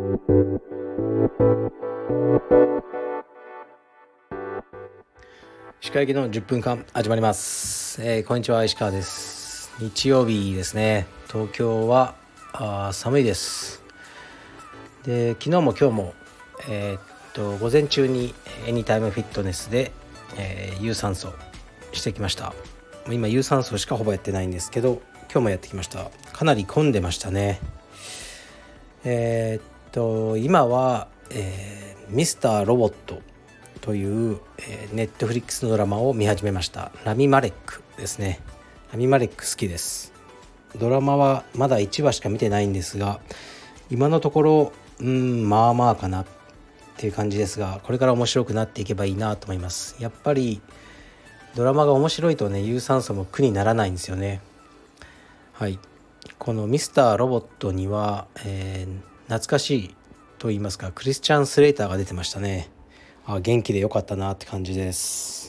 石川行きの10分間始まります。こんにちは、石川です。日曜日ですね。東京は寒いです。で、昨日も今日も、午前中にエニタイムフィットネスで、有酸素してきました。今有酸素しかほぼやってないんですけど、今日もやってきました。かなり混んでましたね。今は、ミスターロボットという、ネットフリックスのドラマを見始めました。ラミ・マレックですね。ラミ・マレック好きです。ドラマはまだ1話しか見てないんですが、今のところまあまあかなっていう感じですが、これから面白くなっていけばいいなと思います。やっぱりドラマが面白いとね、有酸素も苦にならないんですよね。はい、このミスターロボットには、懐かしいと言いますか、クリスチャン・スレイターが出てましたね。元気でよかったなって感じです。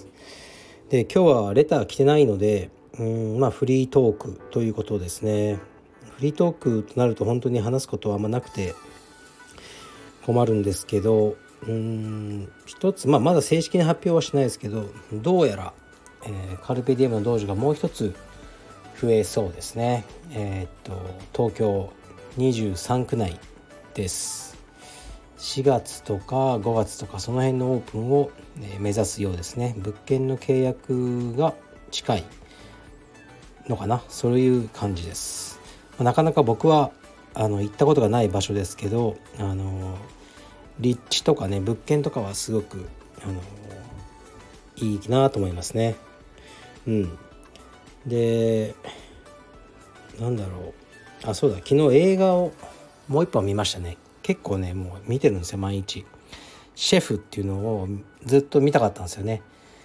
で、今日はレター来てないのでフリートークということですね。フリートークとなると本当に話すことはあんまなくて困るんですけど、一つ、まだ正式な発表はしないですけど、どうやら、カルペディエムの道場がもう一つ増えそうですね。東京23区内です。4月とか5月とかその辺のオープンを目指すようですね。物件の契約が近いのかな、そういう感じです。なかなか僕は行ったことがない場所ですけど、立地とかね、物件とかはすごくいいなと思いますね。で、なんだろう、そうだ、昨日映画をもう一本見ましたね。結構ね、もう見てるんですよ、毎日。シェフっていうのをずっと見たかったんですよね。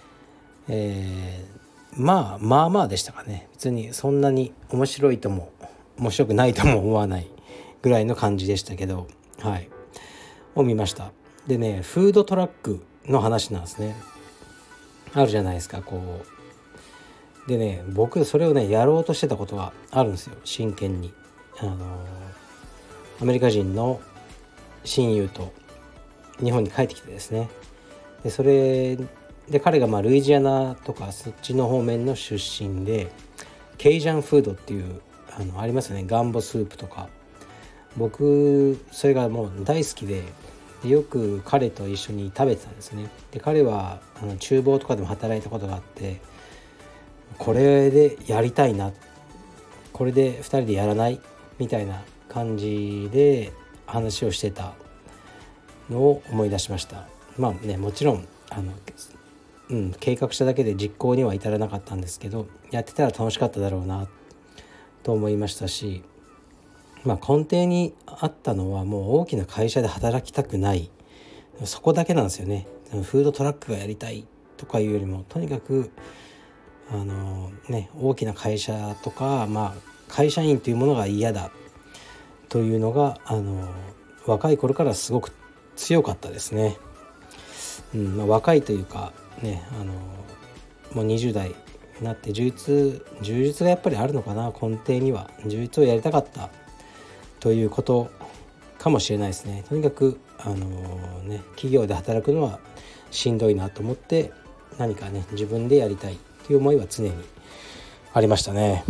まあでしたかね。別にそんなに面白くないとも思わないぐらいの感じでしたけど、を見ました。でね、フードトラックの話なんですね。あるじゃないですか、こうでね、僕それをねやろうとしてたことがあるんですよ、真剣に。アメリカ人の親友と日本に帰ってきてですね、でそれで彼がルイジアナとかそっちの方面の出身で、ケイジャンフードっていうありますよね、ガンボスープとか。僕それがもう大好きで、よく彼と一緒に食べてたんですね。で、彼は厨房とかでも働いたことがあって、これでやりたいな、これで2人でやらないみたいな感じで話をしてたのを思い出しました。もちろん計画しただけで実行には至らなかったんですけど、やってたら楽しかっただろうなと思いましたし、根底にあったのは、もう大きな会社で働きたくない、そこだけなんですよね。フードトラックがやりたいとかいうよりも、とにかく大きな会社とか、会社員というものが嫌だというのが若い頃からすごく強かったですね。若いというかね、もう20代になって充実がやっぱりあるのかな。根底には充実をやりたかったということかもしれないですね。とにかく企業で働くのはしんどいなと思って、何かね自分でやりたいという思いは常にありましたね。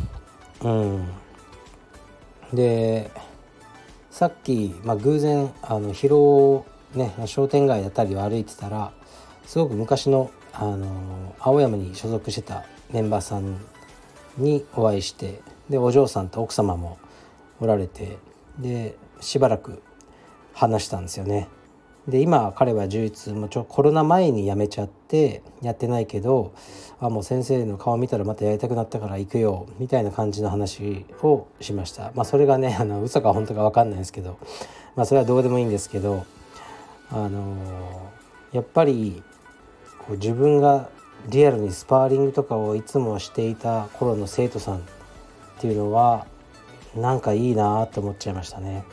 で、さっき、偶然広尾ね、商店街だったりを歩いてたら、すごく昔の青山に所属してたメンバーさんにお会いして、でお嬢さんと奥様もおられて、でしばらく話したんですよね。で、今彼は充実もコロナ前に辞めちゃってやってないけど、もう先生の顔見たらまたやりたくなったから行くよみたいな感じの話をしました。それがね嘘か本当か分かんないですけど、それはどうでもいいんですけど、やっぱりこう自分がリアルにスパーリングとかをいつもしていた頃の生徒さんっていうのはなんかいいなと思っちゃいましたね。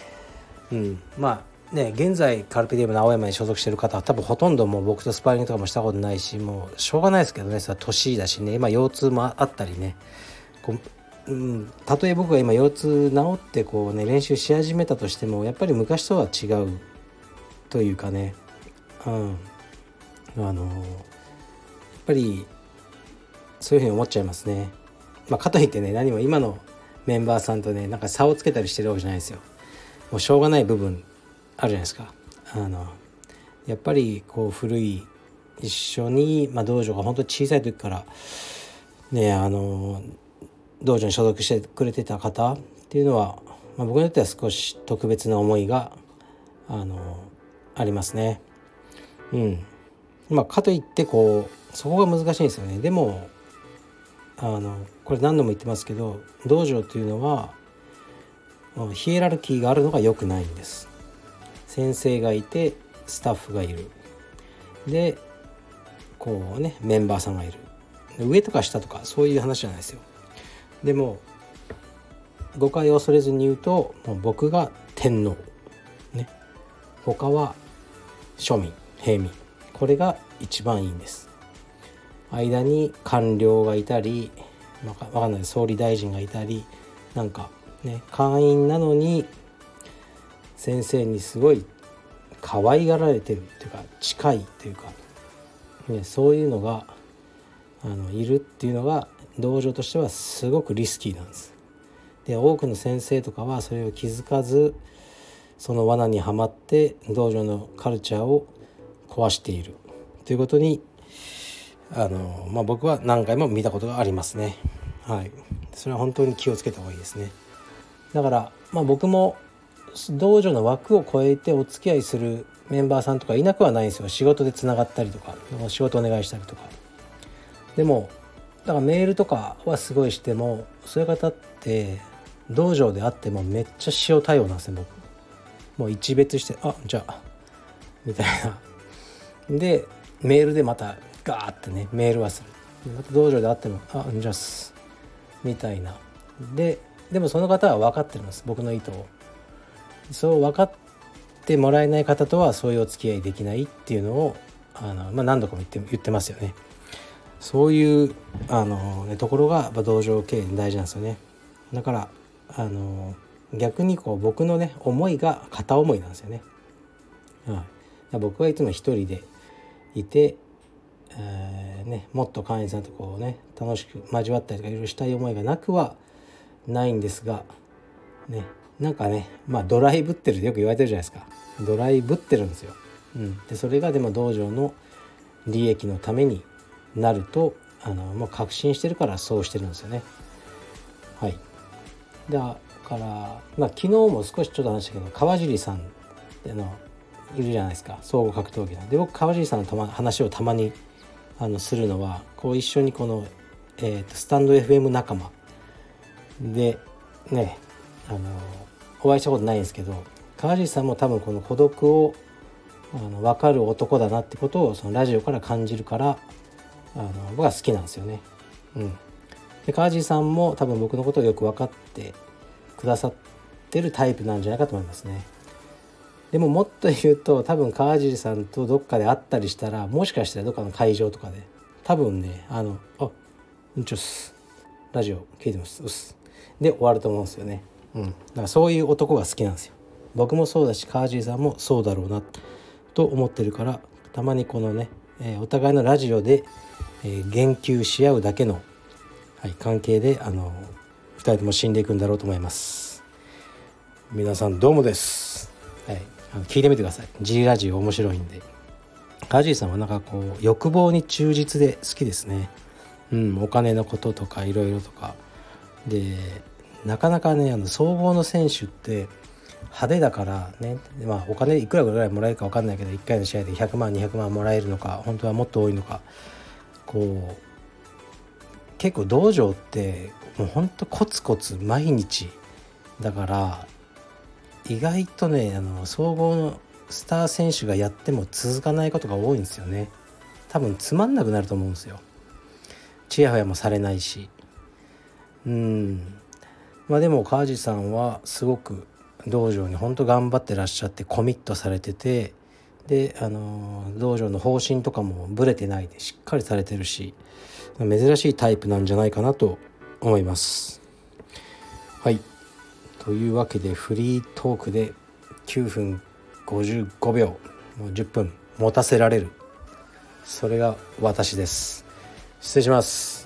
現在カルペディウムの青山に所属している方は多分ほとんどもう僕とスパーリングとかもしたことないし、もうしょうがないですけどね、それは年だしね、今腰痛もあったりね、こうたとえ僕が今腰痛治ってこうね練習し始めたとしてもやっぱり昔とは違うというかね、やっぱりそういうふうに思っちゃいますね。かといってね何も今のメンバーさんとねなんか差をつけたりしてるわけじゃないですよ。もうしょうがない部分あるじゃないですか。やっぱりこう古い一緒に、道場が本当に小さい時からね道場に所属してくれてた方っていうのは、僕にとっては少し特別な思いがありますね。かといってこうそこが難しいんですよね。でもこれ何度も言ってますけど、道場というのはヒエラルキーがあるのが良くないんです。先生がいてスタッフがいる、でこうねメンバーさんがいる、上とか下とかそういう話じゃないですよ。でも誤解を恐れずに言うと、もう僕が天皇ね、他は庶民平民、これが一番いいんです。間に官僚がいたり、わかんない総理大臣がいたり、なんかね会員なのに先生にすごい可愛がられてるっていうか近いというか、そういうのがいるっていうのが道場としてはすごくリスキーなんです。で多くの先生とかはそれを気づかずその罠にはまって道場のカルチャーを壊しているということに僕は何回も見たことがありますね。それは本当に気をつけた方がいいですね。だから僕も道場の枠を超えてお付き合いするメンバーさんとかいなくはないんですよ。仕事でつながったりとか仕事お願いしたりとか。でもだからメールとかはすごいしても、そういう方って道場であってもめっちゃ塩対応なんですよ。僕もう一別してじゃあみたいなでメールでまたガーってねメールはする。また道場であってもじゃあすみたいなでもその方は分かってるんです、僕の意図を。そう分かってもらえない方とはそういうお付き合いできないっていうのを何度かも言ってますよね。そういうところが道場経営に大事なんですよね。だから逆にこう僕のね思いが片思いなんですよね。僕はいつも一人でいて、もっと会員さんとこうね楽しく交わったりとかいろいろしたい思いがなくはないんですがね、なんかねドライぶってるってよく言われてるじゃないですか。ドライぶってるんですよ。でそれがでも道場の利益のためになるともう確信してるからそうしてるんですよね。だから昨日も少しちょっと話したけど、川尻さんっているじゃないですか、総合格闘技で。僕川尻さんの話をたまにするのはこう一緒にこの、スタンド FM 仲間でねお会いしたことないんですけど、川尻さんも多分この孤独を分かる男だなってことをそのラジオから感じるから僕は好きなんですよね。で川尻さんも多分僕のことをよく分かってくださってるタイプなんじゃないかと思いますね。でももっと言うと多分川尻さんとどっかで会ったりしたら、もしかしたらどっかの会場とかで多分ねうんちょっすラジオ聞いてますうっすで終わると思うんですよね。だからそういう男が好きなんですよ。僕もそうだし川尻さんもそうだろうなと思ってるから、たまにこのね、お互いのラジオで、言及し合うだけの、関係で2人とも死んでいくんだろうと思います。皆さんどうもです。聞いてみてください。G ラジオ面白いんで。川尻さんはなんかこう欲望に忠実で好きですね。お金のこととかいろいろとかで、なかなかね総合の選手って派手だからね、お金いくらぐらいもらえるか分かんないけど、1回の試合で100万200万もらえるのか、本当はもっと多いのか、こう結構道場ってもう本当コツコツ毎日だから、意外とね総合のスター選手がやっても続かないことが多いんですよね。多分つまんなくなると思うんですよ。ちやほやもされないし。でも川地さんはすごく道場に本当頑張ってらっしゃってコミットされてて、で道場の方針とかもブレてないでしっかりされてるし、珍しいタイプなんじゃないかなと思います。 はい、というわけでフリートークで9分55秒、もう10分持たせられる、それが私です。失礼します。